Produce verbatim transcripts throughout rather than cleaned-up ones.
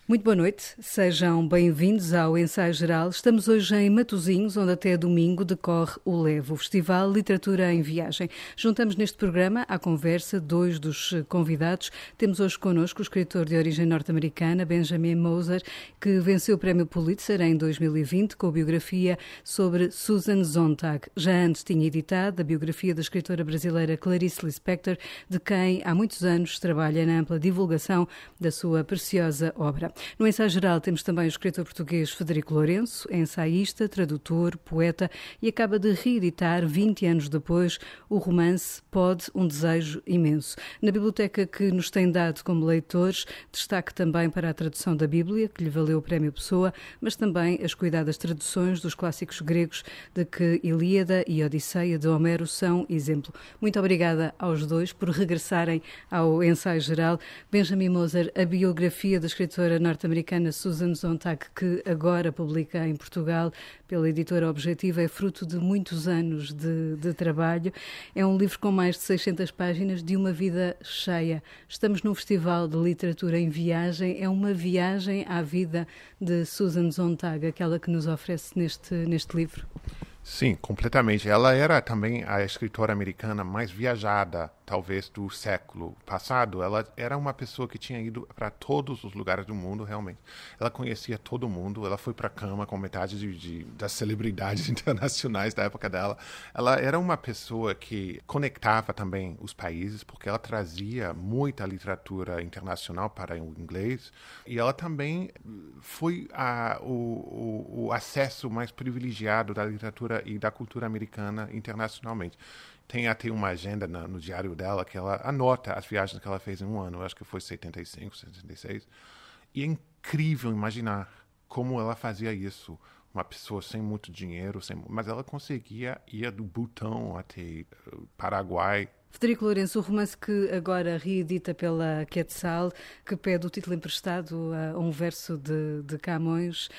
Muito boa noite, sejam bem-vindos ao Ensaio Geral. Estamos hoje em Matosinhos, onde até domingo decorre o LEVO, o Festival Literatura em Viagem. Juntamos neste programa à conversa dois dos convidados. Temos hoje connosco o escritor de origem norte-americana, Benjamin Moser, que venceu o Prémio Pulitzer em dois mil e vinte com a biografia sobre Susan Sontag. Já antes tinha editado a biografia da escritora brasileira Clarice Lispector, de quem há muitos anos trabalha na ampla divulgação da sua preciosa obra. No Ensaio Geral temos também o escritor português Frederico Lourenço, ensaísta, tradutor, poeta, e acaba de reeditar, vinte anos depois, o romance Pode um Desejo Imenso. Na biblioteca que nos tem dado como leitores, destaque também para a tradução da Bíblia, que lhe valeu o Prémio Pessoa, mas também as cuidadas traduções dos clássicos gregos, de que Ilíada e Odisseia de Homero são exemplo. Muito obrigada aos dois por regressarem ao Ensaio Geral. Benjamin Moser, a biografia da escritora norte-americana Susan Sontag, que agora publica em Portugal pela editora Objetiva, é fruto de muitos anos de, de trabalho. É um livro com mais de seiscentas páginas, de uma vida cheia. Estamos num festival de literatura em viagem. É uma viagem à vida de Susan Sontag, aquela que nos oferece neste, neste livro. Sim, completamente. Ela era também a escritora americana mais viajada, talvez, do século passado. Ela era uma pessoa que tinha ido para todos os lugares do mundo, realmente. Ela conhecia todo mundo, ela foi para a cama com metade de, de, das celebridades internacionais da época dela. Ela era uma pessoa que conectava também os países, porque ela trazia muita literatura internacional para o inglês, e ela também foi a, o, o, o acesso mais privilegiado da literatura e da cultura americana internacionalmente. Tem até uma agenda na, no diário dela que ela anota as viagens que ela fez em um ano, eu acho que foi setenta e cinco, setenta e seis, e é incrível imaginar como ela fazia isso. Uma pessoa sem muito dinheiro, sem, mas ela conseguia ir do Butão até uh, Paraguai. Frederico Lourenço, o romance que agora reedita pela Quetzal, que pede o título emprestado a um verso de, de Camões,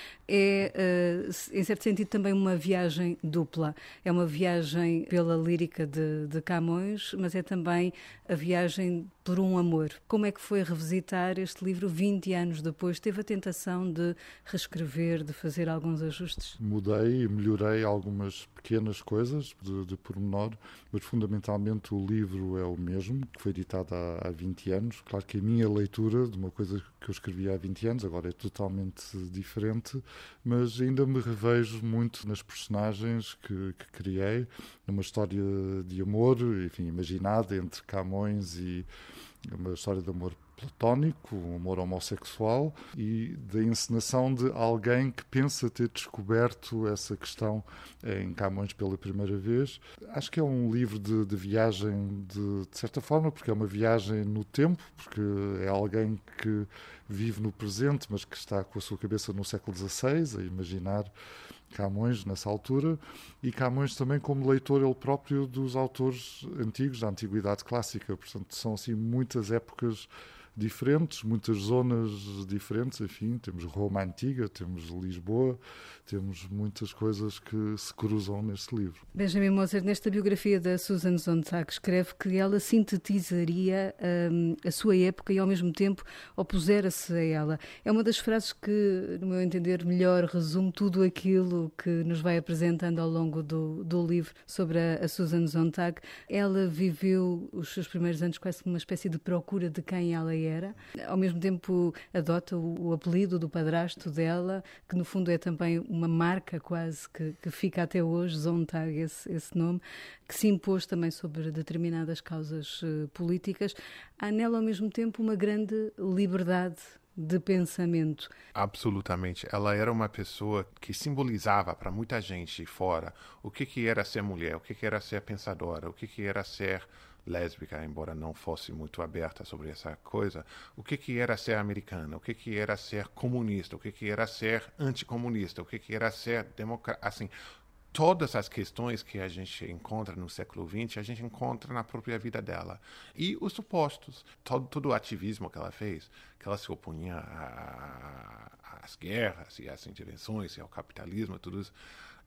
é, em certo sentido, também uma viagem dupla. É uma viagem pela lírica de, de Camões, mas é também a viagem por um amor. Como é que foi revisitar este livro vinte anos depois? Teve a tentação de reescrever, de fazer alguns ajustes? Mudei e melhorei algumas pequenas coisas de, de pormenor, mas fundamentalmente o livro é o mesmo, que foi editado há, há vinte anos. Claro que a minha leitura de uma coisa que eu escrevi há vinte anos agora é totalmente diferente, mas ainda me revejo muito nas personagens que, que criei, numa história de amor, enfim, imaginada entre Camões e uma história de amor platónico, um amor homossexual, e da encenação de alguém que pensa ter descoberto essa questão em Camões pela primeira vez. Acho que é um livro de, de viagem, de, de certa forma, porque é uma viagem no tempo, porque é alguém que vive no presente, mas que está com a sua cabeça no século dezasseis, a imaginar Camões nessa altura, e Camões também como leitor ele próprio dos autores antigos, da Antiguidade Clássica. Portanto, são assim muitas épocas diferentes, muitas zonas diferentes, enfim, temos Roma Antiga, temos Lisboa, temos muitas coisas que se cruzam neste livro. Benjamin Moser, nesta biografia da Susan Sontag, escreve que ela sintetizaria hum, a sua época e ao mesmo tempo opusera-se a ela. É uma das frases que, no meu entender, melhor resume tudo aquilo que nos vai apresentando ao longo do, do livro sobre a, a Susan Sontag. Ela viveu os seus primeiros anos quase como uma espécie de procura de quem ela era. Ao mesmo tempo adota o, o apelido do padrasto dela, que no fundo é também uma marca quase que, que fica até hoje, Sontag, esse, esse nome, que se impôs também sobre determinadas causas uh, políticas. Há nela ao mesmo tempo uma grande liberdade de pensamento. Absolutamente. Ela era uma pessoa que simbolizava para muita gente fora o que, que era ser mulher, o que, que era ser pensadora, o que, que era ser lésbica, embora não fosse muito aberta sobre essa coisa, o que, que era ser americana, o que, que era ser comunista, o que, que era ser anticomunista, o que, que era ser democrata, assim, todas as questões que a gente encontra no século vinte, a gente encontra na própria vida dela. E os supostos, todo, todo o ativismo que ela fez, que ela se opunha às guerras e às intervenções e ao capitalismo e tudo isso,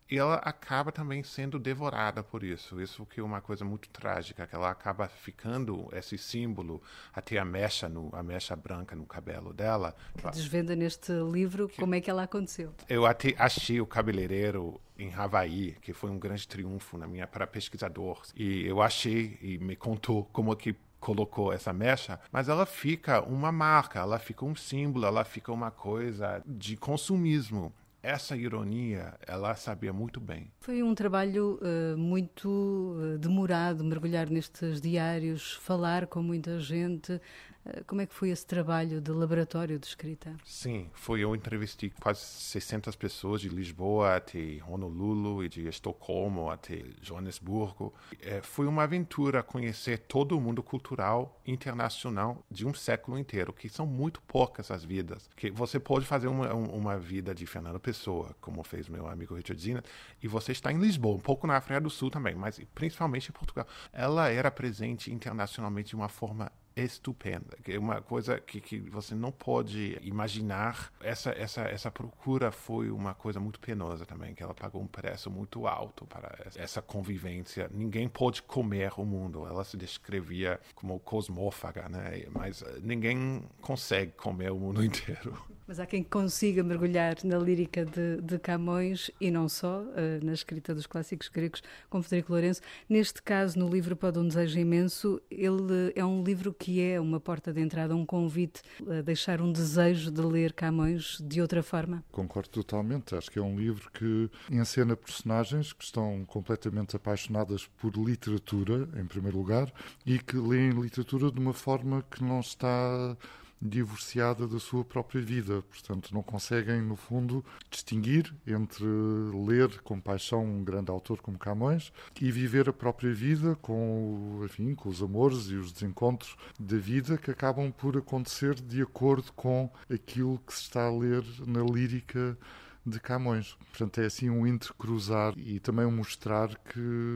E ela acaba também sendo devorada por isso. Isso que é uma coisa muito trágica, que ela acaba ficando esse símbolo, até a mecha, no, a mecha branca no cabelo dela. Que desvenda neste livro que, como é que ela aconteceu. Eu até achei o cabeleireiro em Havaí, que foi um grande triunfo na minha, para pesquisadores. E eu achei, e me contou como que colocou essa mecha, mas ela fica uma marca, ela fica um símbolo, ela fica uma coisa de consumismo. Essa ironia, ela sabia muito bem. Foi um trabalho uh, muito uh, demorado, mergulhar nestes diários, falar com muita gente. Uh, como é que foi esse trabalho de laboratório de escrita? Sim, foi. Eu entrevistei quase seiscentas pessoas de Lisboa até Honolulu e de Estocolmo até Joanesburgo. É, foi uma aventura conhecer todo o mundo cultural internacional de um século inteiro, que são muito poucas as vidas. Que você pode fazer uma, uma vida de Fernando Pessoa, como fez meu amigo Richard Zina, e você está em Lisboa, um pouco na África do Sul também, mas principalmente em Portugal. Ela era presente internacionalmente de uma forma estupenda, que é uma coisa que, que você não pode imaginar. Essa, essa, essa procura foi uma coisa muito penosa também, que ela pagou um preço muito alto para essa convivência. Ninguém pode comer o mundo. Ela se descrevia como cosmófaga, né? Mas ninguém consegue comer o mundo inteiro. Mas há quem consiga mergulhar na lírica de, de Camões e não só, uh, na escrita dos clássicos gregos, como Frederico Lourenço. Neste caso, no livro Pode um Desejo Imenso, ele é um livro que é uma porta de entrada, um convite a deixar um desejo de ler Camões de outra forma. Concordo totalmente. Acho que é um livro que encena personagens que estão completamente apaixonadas por literatura, em primeiro lugar, e que leem literatura de uma forma que não está divorciada da sua própria vida. Portanto, não conseguem, no fundo, distinguir entre ler com paixão um grande autor como Camões e viver a própria vida com, enfim, com os amores e os desencontros da vida que acabam por acontecer de acordo com aquilo que se está a ler na lírica de Camões. Portanto, é assim um intercruzar e também um mostrar que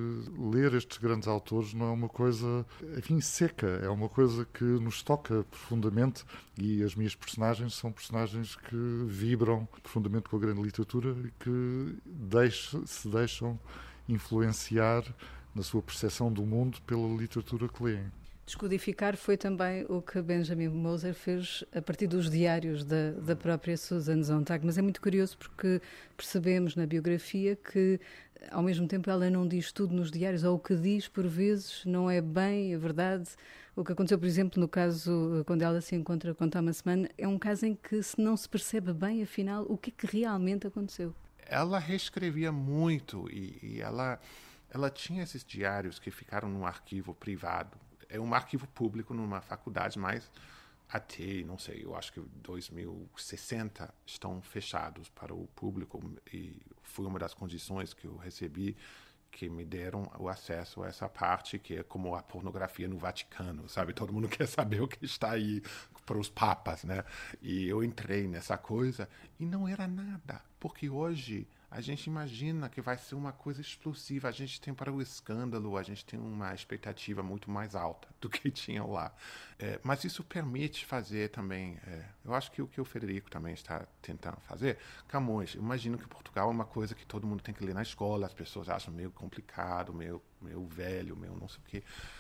ler estes grandes autores não é uma coisa, enfim, seca, é uma coisa que nos toca profundamente, e as minhas personagens são personagens que vibram profundamente com a grande literatura e que deixe, se deixam influenciar na sua percepção do mundo pela literatura que leem. Descodificar foi também o que Benjamin Moser fez a partir dos diários da, da própria Susan Sontag, mas é muito curioso porque percebemos na biografia que, ao mesmo tempo, ela não diz tudo nos diários, ou o que diz, por vezes, não é bem a verdade. O que aconteceu, por exemplo, no caso, quando ela se encontra com Thomas Mann, é um caso em que se não se percebe bem, afinal, o que é que realmente aconteceu. Ela reescrevia muito e, e ela, ela tinha esses diários que ficaram num arquivo privado. É um arquivo público numa faculdade, mas até, não sei, eu acho que dois mil e sessenta estão fechados para o público, e foi uma das condições que eu recebi, que me deram o acesso a essa parte, que é como a pornografia no Vaticano, sabe? Todo mundo quer saber o que está aí para os papas, né? E eu entrei nessa coisa e não era nada, porque hoje a gente imagina que vai ser uma coisa explosiva. A gente tem para o escândalo, a gente tem uma expectativa muito mais alta do que tinha lá. É, mas isso permite fazer também, é, eu acho que o que o Frederico também está tentando fazer, Camões, imagino que Portugal é uma coisa que todo mundo tem que ler na escola, as pessoas acham meio complicado, meio, meio velho, meio não sei o quê.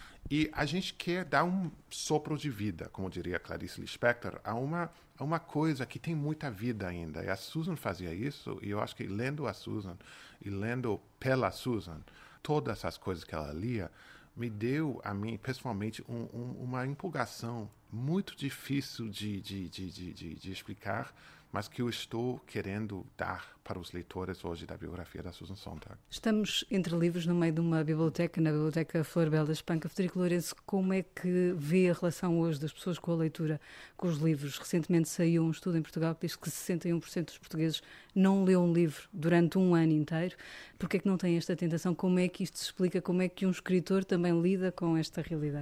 E a gente quer dar um sopro de vida, como diria Clarice Lispector, a uma, a uma coisa que tem muita vida ainda. E a Susan fazia isso, e eu acho que lendo a Susan e lendo pela Susan, todas essas coisas que ela lia, me deu a mim, pessoalmente, um, um, uma empolgação muito difícil de, de, de, de, de, de explicar, mas que eu estou querendo dar para os leitores hoje da biografia da Susan Sontag. Estamos entre livros no meio de uma biblioteca, na Biblioteca Flor Bela Espanca. Frederico Lourenço, como é que vê a relação hoje das pessoas com a leitura, com os livros? Recentemente saiu um estudo em Portugal que diz que sessenta e um por cento dos portugueses não leu um livro durante um ano inteiro. Por que é que não tem esta tentação? Como é que isto se explica? Como é que um escritor também lida com esta realidade?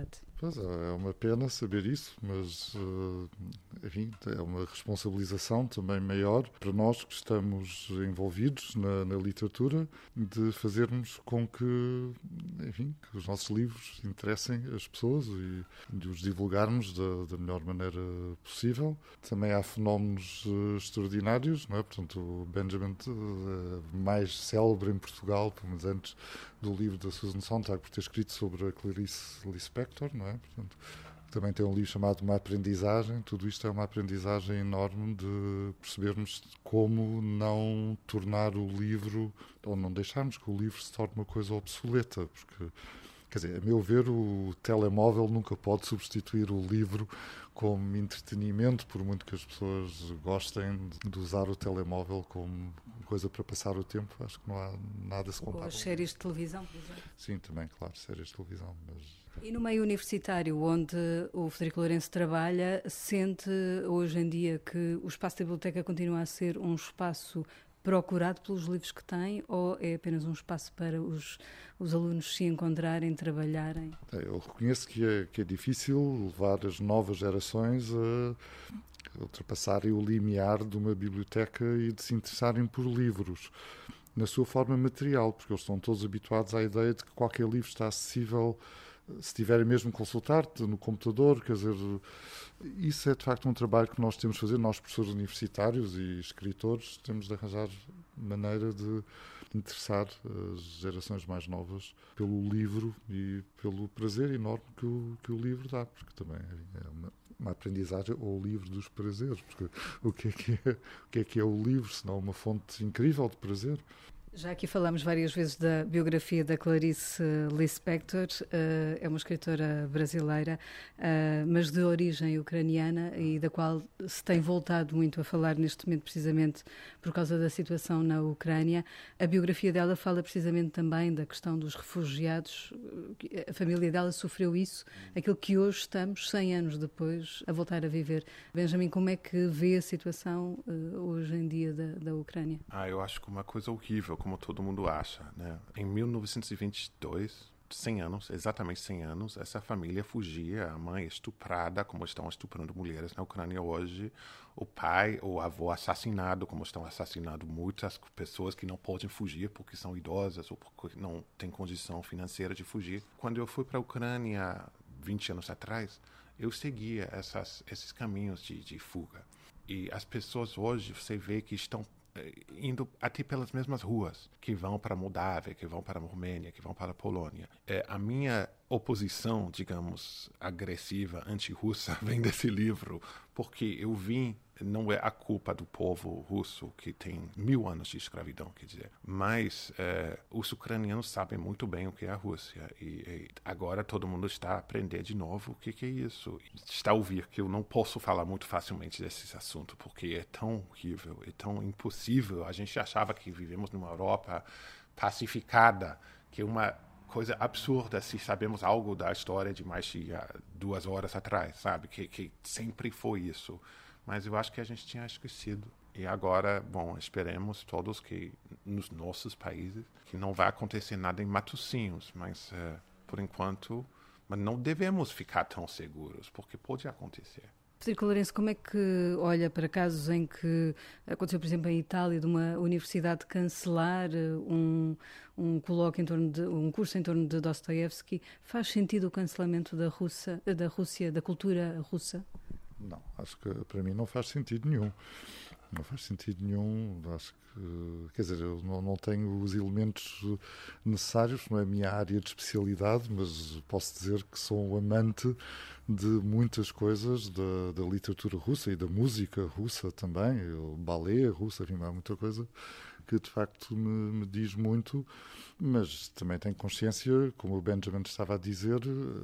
Pois é, é uma pena saber isso, mas, uh, enfim, é uma responsabilização também maior para nós que estamos envolvidos na, na literatura, de fazermos com que, enfim, que os nossos livros interessem as pessoas e de os divulgarmos da, da melhor maneira possível. Também há fenómenos uh, extraordinários, não é? Portanto, o Benjamin uh, mais célebre em Portugal, pelo menos antes do livro da Susan Sontag, por ter escrito sobre a Clarice Lispector, não é? Portanto, também tem um livro chamado Uma Aprendizagem. Tudo isto é uma aprendizagem enorme de percebermos como não tornar o livro, ou não deixarmos que o livro se torne uma coisa obsoleta, porque, quer dizer, a meu ver, o telemóvel nunca pode substituir o livro como entretenimento, por muito que as pessoas gostem de usar o telemóvel como coisa para passar o tempo. Acho que não há nada a se comparar. Ou as séries de televisão, por exemplo. Sim, também, claro, séries de televisão. Mas... E no meio universitário, onde o Frederico Lourenço trabalha, sente hoje em dia que o espaço da biblioteca continua a ser um espaço procurado pelos livros que tem, ou é apenas um espaço para os, os alunos se encontrarem, trabalharem? Eu reconheço que é, que é difícil levar as novas gerações a ultrapassarem o limiar de uma biblioteca e de se interessarem por livros na sua forma material, porque eles estão todos habituados à ideia de que qualquer livro está acessível se tiverem mesmo que consultar-te no computador. Quer dizer, isso é de facto um trabalho que nós temos de fazer, nós professores universitários e escritores, temos de arranjar maneira de interessar as gerações mais novas pelo livro e pelo prazer enorme que o, que o livro dá, porque também é uma, uma aprendizagem, ou o livro dos prazeres, porque o que é que é, o que é, que é o livro, senão uma fonte incrível de prazer. Já aqui falamos várias vezes da biografia da Clarice Lispector, é uma escritora brasileira, mas de origem ucraniana e da qual se tem voltado muito a falar neste momento precisamente por causa da situação na Ucrânia. A biografia dela fala precisamente também da questão dos refugiados. A família dela sofreu isso, aquilo que hoje estamos, cem anos depois, a voltar a viver. Benjamin, como é que vê a situação hoje em dia da, da Ucrânia? Ah, eu acho que uma coisa horrível, como todo mundo acha, né? Em mil novecentos e vinte e dois, cem anos, exatamente cem anos, essa família fugia, a mãe estuprada, como estão estuprando mulheres na Ucrânia hoje, o pai ou avô assassinado, como estão assassinando muitas pessoas que não podem fugir porque são idosas ou porque não têm condição financeira de fugir. Quando eu fui para a Ucrânia vinte anos atrás, eu seguia essas, esses caminhos de, de fuga. E as pessoas hoje, você vê que estão indo até pelas mesmas ruas, que vão para a Moldávia, que vão para a Romênia, que vão para a Polônia. É, a minha oposição, digamos, agressiva, anti-russa, vem desse livro, porque eu vim, não é a culpa do povo russo, que tem mil anos de escravidão, quer dizer, mas é, os ucranianos sabem muito bem o que é a Rússia, e, e agora todo mundo está a aprender de novo o que, que é isso. Está a ouvir que eu não posso falar muito facilmente desse assunto, porque é tão horrível, é tão impossível. A gente achava que vivemos numa Europa pacificada, que é uma coisa absurda se sabemos algo da história de mais de uh, duas horas atrás, sabe? Que, que sempre foi isso. Mas eu acho que a gente tinha esquecido. E agora, bom, esperemos todos que nos nossos países que não vai acontecer nada em Matosinhos, mas uh, por enquanto, mas não devemos ficar tão seguros, porque pode acontecer. Frederico Lourenço, como é que olha para casos em que aconteceu, por exemplo, em Itália, de uma universidade cancelar um, um colóquio em torno de um curso em torno de Dostoiévski? Faz sentido o cancelamento da Rússia, da Rússia, da cultura russa? Não, acho que para mim não faz sentido nenhum. Não faz sentido nenhum. Acho que, quer dizer, eu não, não tenho os elementos necessários, não é a minha área de especialidade, mas posso dizer que sou um amante de muitas coisas da, da literatura russa e da música russa também, o balé russo, enfim, há muita coisa que de facto me, me diz muito, mas também tenho consciência, como o Benjamin estava a dizer,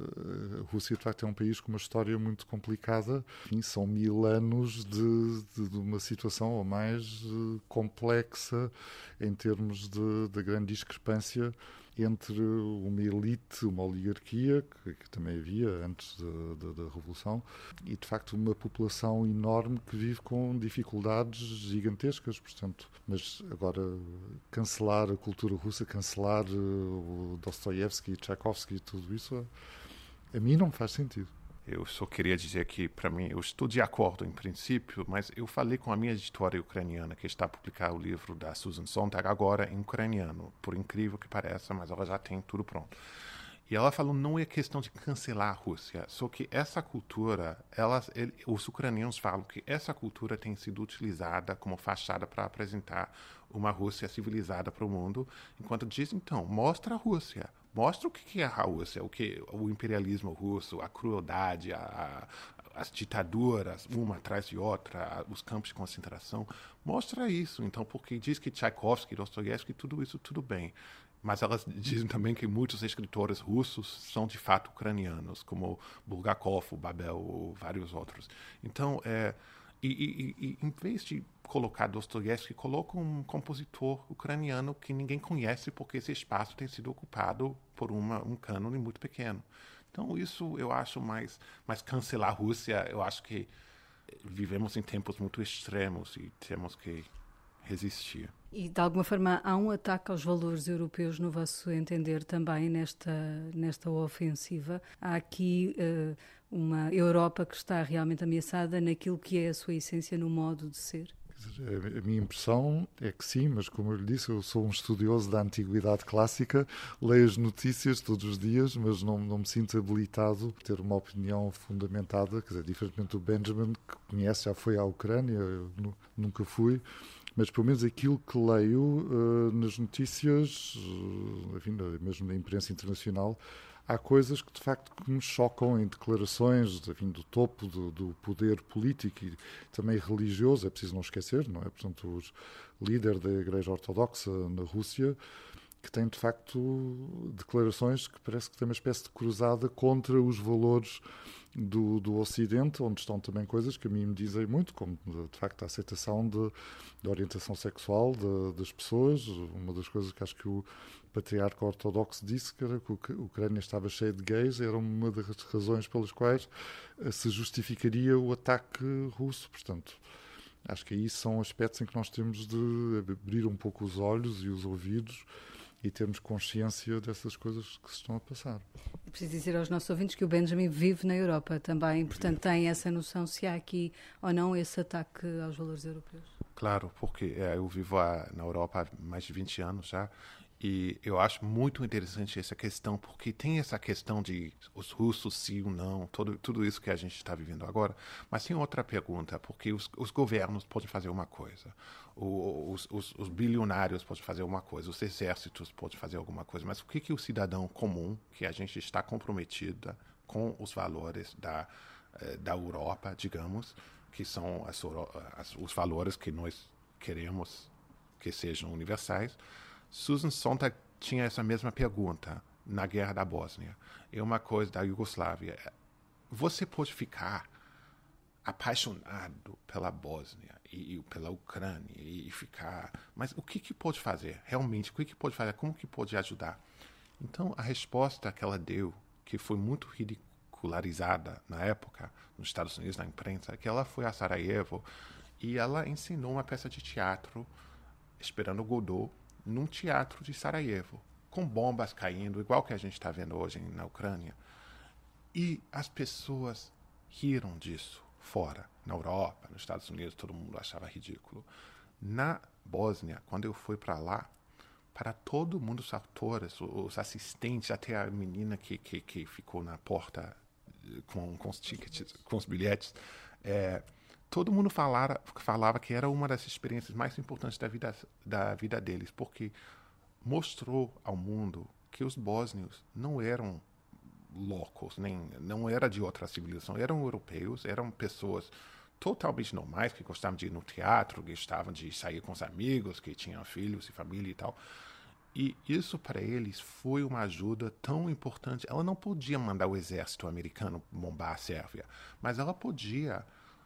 a Rússia de facto é um país com uma história muito complicada. Enfim, são mil anos de, de, de uma situação ou mais complexa em termos de, de grande discrepância entre uma elite, uma oligarquia, que, que também havia antes da Revolução, e de facto uma população enorme que vive com dificuldades gigantescas. Portanto, mas agora cancelar a cultura russa, cancelar o Dostoiévski, Tchaikovsky e tudo isso, A mim não me faz sentido. Eu só queria dizer que, para mim, eu estou de acordo em princípio, mas eu falei com a minha editora ucraniana, que está a publicar o livro da Susan Sontag agora em ucraniano, por incrível que pareça, mas ela já tem tudo pronto. E ela falou, não é questão de cancelar a Rússia, só que essa cultura, elas, ele, os ucranianos falam que essa cultura tem sido utilizada como fachada para apresentar uma Rússia civilizada para o mundo, enquanto dizem, então, mostra a Rússia, mostra o que é a Rússia, o que o imperialismo russo, a crueldade, a, a, as ditaduras, uma atrás de outra, os campos de concentração, mostra isso. Então, porque diz que Tchaikovsky, Dostoiévski, tudo isso, tudo bem. Mas elas dizem também que muitos escritores russos são de fato ucranianos, como Bulgakov, Babel ou vários outros. Então, é, e, e, e em vez de colocar Dostoiévski, coloca um compositor ucraniano que ninguém conhece porque esse espaço tem sido ocupado por uma, um cânone muito pequeno. Então, isso eu acho mais, mais cancelar a Rússia. Eu acho que vivemos em tempos muito extremos e temos que resistir. E, de alguma forma, há um ataque aos valores europeus, no vosso entender, também nesta, nesta ofensiva? Há aqui uh, uma Europa que está realmente ameaçada naquilo que é a sua essência, no modo de ser? A minha impressão é que sim, mas como eu lhe disse, eu sou um estudioso da antiguidade clássica, leio as notícias todos os dias, mas não, não me sinto habilitado a ter uma opinião fundamentada, quer dizer, diferentemente do Benjamin, que conhece, já foi à Ucrânia, eu nunca fui, mas pelo menos aquilo que leio uh, nas notícias, uh, enfim, mesmo na imprensa internacional, há coisas que de facto que me chocam em declarações, enfim, do topo do, do poder político e também religioso, é preciso não esquecer, não é? Portanto, os líderes da Igreja Ortodoxa na Rússia, que têm de facto declarações que parece que têm uma espécie de cruzada contra os valores do, do Ocidente, onde estão também coisas que a mim me dizem muito, como de facto a aceitação de, de orientação sexual de, das pessoas. Uma das coisas que acho que o patriarca ortodoxo disse, que era que a Ucrânia estava cheia de gays, era uma das razões pelas quais se justificaria o ataque russo. Portanto, acho que aí são aspectos em que nós temos de abrir um pouco os olhos e os ouvidos e termos consciência dessas coisas que se estão a passar. É preciso dizer aos nossos ouvintes que o Benjamin vive na Europa também, portanto tem essa noção se há aqui ou não esse ataque aos valores europeus. Claro, porque é, eu vivo a, na Europa há mais de vinte anos já, e eu acho muito interessante essa questão, porque tem essa questão de os russos sim ou não, todo, tudo isso que a gente está vivendo agora, mas tem outra pergunta, porque os, os governos podem fazer uma coisa, os, os, os bilionários podem fazer uma coisa, os exércitos podem fazer alguma coisa, mas o que, que o cidadão comum, que a gente está comprometida com os valores da, da Europa, digamos, que são as, as, os valores que nós queremos que sejam universais. Susan Sontag tinha essa mesma pergunta na Guerra da Bósnia. É uma coisa da Iugoslávia. Você pode ficar apaixonado pela Bósnia e, e pela Ucrânia e, e ficar... Mas o que, que pode fazer? Realmente, o que, que pode fazer? Como que pode ajudar? Então, a resposta que ela deu, que foi muito ridicularizada na época, nos Estados Unidos, na imprensa, é que ela foi a Sarajevo e ela ensinou uma peça de teatro, Esperando Godot, num teatro de Sarajevo, com bombas caindo, igual que a gente está vendo hoje na Ucrânia. E as pessoas riram disso fora, na Europa, nos Estados Unidos, todo mundo achava ridículo. Na Bósnia, quando eu fui para lá, para todo mundo, os atores, os assistentes, até a menina que, que, que ficou na porta com, com os tickets, com os bilhetes, é, todo mundo falara, falava que era uma das experiências mais importantes da vida, da vida deles, porque mostrou ao mundo que os bósnios não eram loucos, nem, não era de outra civilização, eram europeus, eram pessoas totalmente normais, que gostavam de ir no teatro, que gostavam de sair com os amigos, que tinham filhos e família e tal. E isso para eles foi uma ajuda tão importante. Ela não podia mandar o exército americano bombar a Sérvia, mas ela podia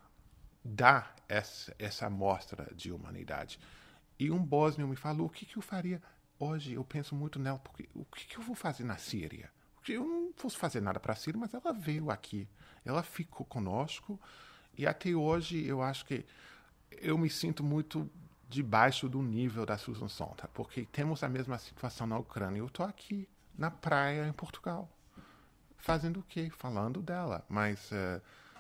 dar essa, essa amostra de humanidade. E um bósnio me falou, o que, que eu faria? Hoje eu penso muito nela, porque o que, que eu vou fazer na Síria? Porque eu não fosse fazer nada para a Síria, mas ela veio aqui, ela ficou conosco, e até hoje eu acho que eu me sinto muito debaixo do nível da Susan Sontag, porque temos a mesma situação na Ucrânia. Eu estou aqui na praia em Portugal, fazendo o quê? Falando dela. Mas uh,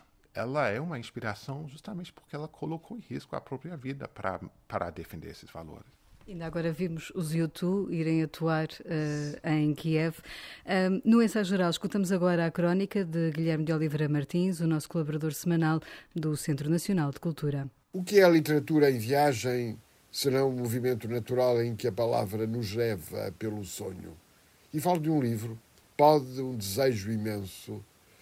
ela é uma inspiração justamente porque ela colocou em risco a própria vida para, para defender esses valores. Ainda agora vimos os U dois irem atuar uh, em Kiev. Um, no Ensaio Geral, escutamos agora a crónica de Guilherme de Oliveira Martins, o nosso colaborador semanal do Centro Nacional de Cultura. O que é a literatura em viagem, senão um movimento natural em que a palavra nos leva pelo sonho? E falo de um livro, Pode um Desejo Imenso,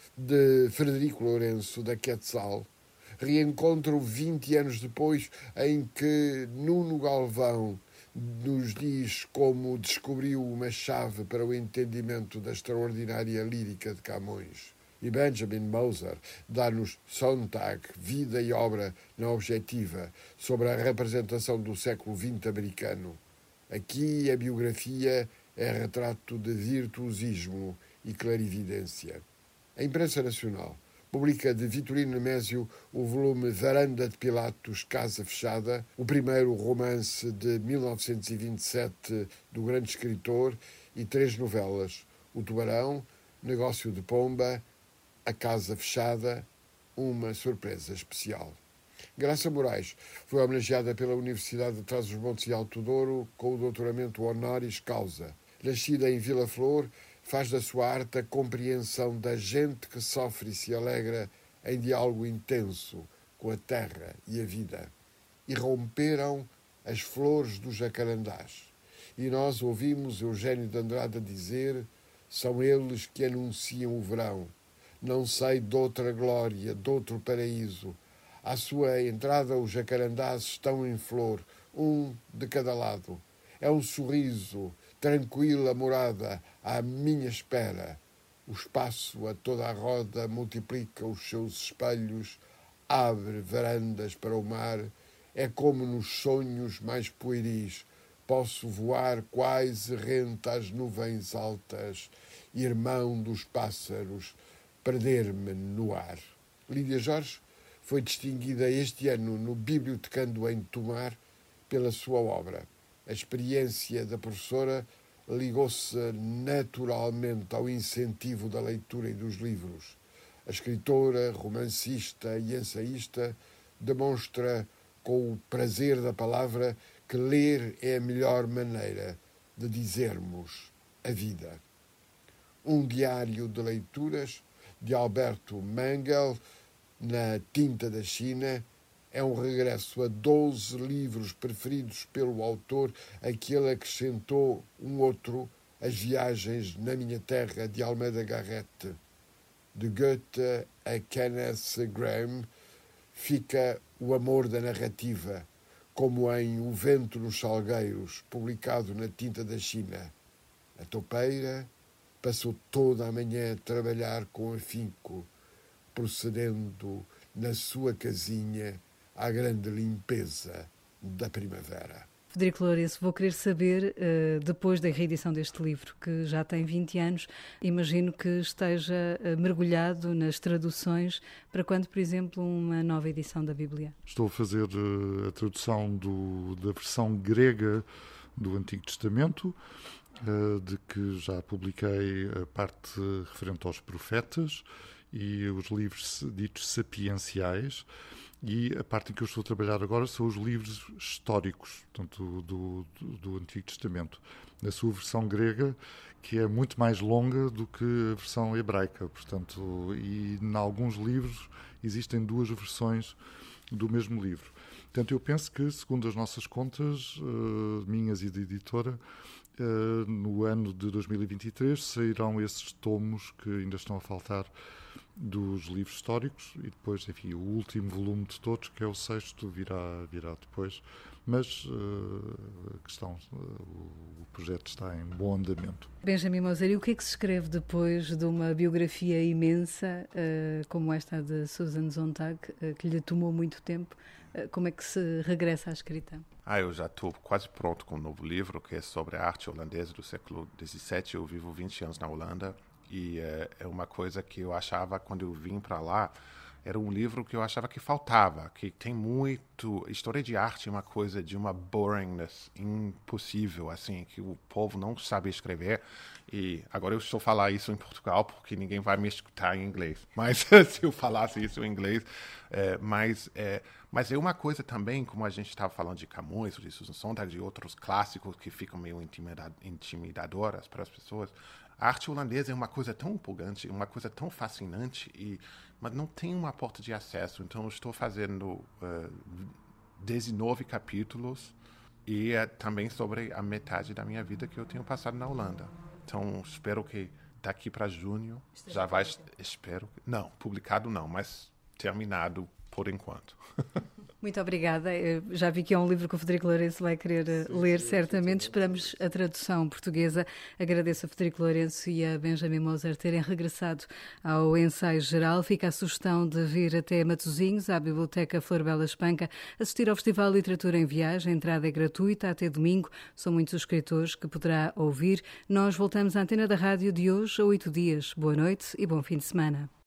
de Frederico Lourenço, da Quetzal. Reencontro vinte anos depois, em que Nuno Galvão nos diz como descobriu uma chave para o entendimento da extraordinária lírica de Camões. E Benjamin Moser dá-nos Sontag, vida e obra na objetiva, sobre a representação do século vinte americano. Aqui a biografia é retrato de virtuosismo e clarividência. A imprensa nacional publica de Vitorino Nemésio o volume Varanda de Pilatos, Casa Fechada, o primeiro romance de mil novecentos e vinte e sete do grande escritor, e três novelas, O Tubarão, Negócio de Pomba, A Casa Fechada, uma surpresa especial. Graça Moraes foi homenageada pela Universidade de Trás-os-Montes e Alto Douro com o doutoramento honoris causa. Nascida em Vila Flor, faz da sua arte a compreensão da gente que sofre e se alegra em diálogo intenso com a terra e a vida. E romperam as flores dos jacarandás. E nós ouvimos Eugênio de Andrade dizer: são eles que anunciam o verão. Não sei de outra glória, de outro paraíso. À sua entrada os jacarandás estão em flor, um de cada lado. É um sorriso, tranquila morada à minha espera. O espaço a toda a roda multiplica os seus espelhos, abre varandas para o mar. É como nos sonhos mais pueris. Posso voar quase rente às nuvens altas, irmão dos pássaros, perder-me no ar. Lídia Jorge foi distinguida este ano no Bibliotecando em Tomar pela sua obra. A experiência da professora ligou-se naturalmente ao incentivo da leitura e dos livros. A escritora, romancista e ensaísta demonstra com o prazer da palavra que ler é a melhor maneira de dizermos a vida. Um diário de leituras de Alberto Mangel, na Tinta da China, é um regresso a doze livros preferidos pelo autor, a que ele acrescentou um outro, As Viagens na Minha Terra, de Almeida Garrett. De Goethe a Kenneth Grahame fica o amor da narrativa, como em O Vento nos Salgueiros, publicado na Tinta da China. A toupeira passou toda a manhã a trabalhar com afinco, procedendo na sua casinha à grande limpeza da primavera. Frederico Lourenço, vou querer saber, depois da reedição deste livro, que já tem vinte anos, imagino que esteja mergulhado nas traduções. Para quando, por exemplo, uma nova edição da Bíblia? Estou a fazer a tradução do, da versão grega do Antigo Testamento, de que já publiquei a parte referente aos profetas e os livros ditos sapienciais, e a parte em que eu estou a trabalhar agora são os livros históricos, portanto, do, do, do Antigo Testamento, na sua versão grega, que é muito mais longa do que a versão hebraica, portanto, e em alguns livros existem duas versões do mesmo livro. Portanto, eu penso que, segundo as nossas contas, uh, minhas e da editora, uh, no ano de dois mil e vinte e três sairão esses tomos que ainda estão a faltar dos livros históricos, e depois, enfim, o último volume de todos, que é o sexto, virá, virá depois. Mas uh, a questão, uh, o projeto está em bom andamento. Benjamin Moser, e o que é que se escreve depois de uma biografia imensa, uh, como esta de Susan Sontag, uh, que lhe tomou muito tempo? Uh, como é que se regressa à escrita? Ah, eu já estou quase pronto com um novo livro, que é sobre a arte holandesa do século dezessete. Eu vivo vinte anos na Holanda, e uh, é uma coisa que eu achava quando eu vim para lá, era um livro que eu achava que faltava, que tem muito... História de arte é uma coisa de uma boringness impossível, assim, que o povo não sabe escrever. E agora eu estou falando isso em Portugal porque ninguém vai me escutar em inglês. Mas se eu falasse isso em inglês... É, mas, é, mas é uma coisa também, como a gente estava falando de Camões, de Susan Sontag, de outros clássicos que ficam meio intimida- intimidadoras para as pessoas. A arte holandesa é uma coisa tão empolgante, uma coisa tão fascinante, e, mas não tem uma porta de acesso. Então, eu estou fazendo uh, dezenove capítulos e é também sobre a metade da minha vida que eu tenho passado na Holanda. Então, espero que daqui para junho Esteja já vai... Espero que, não, publicado não, mas terminado por enquanto. Muito obrigada. Eu já vi que é um livro que o Frederico Lourenço vai querer sim, ler, sim, certamente. Sim, Esperamos a tradução portuguesa. Agradeço a Frederico Lourenço e a Benjamin Moser terem regressado ao Ensaio Geral. Fica a sugestão de vir até Matosinhos, à Biblioteca Flor Bela Espanca, assistir ao Festival de Literatura em Viagem. A entrada é gratuita até domingo. São muitos os escritores que poderá ouvir. Nós voltamos à antena da rádio de hoje a oito dias. Boa noite e bom fim de semana.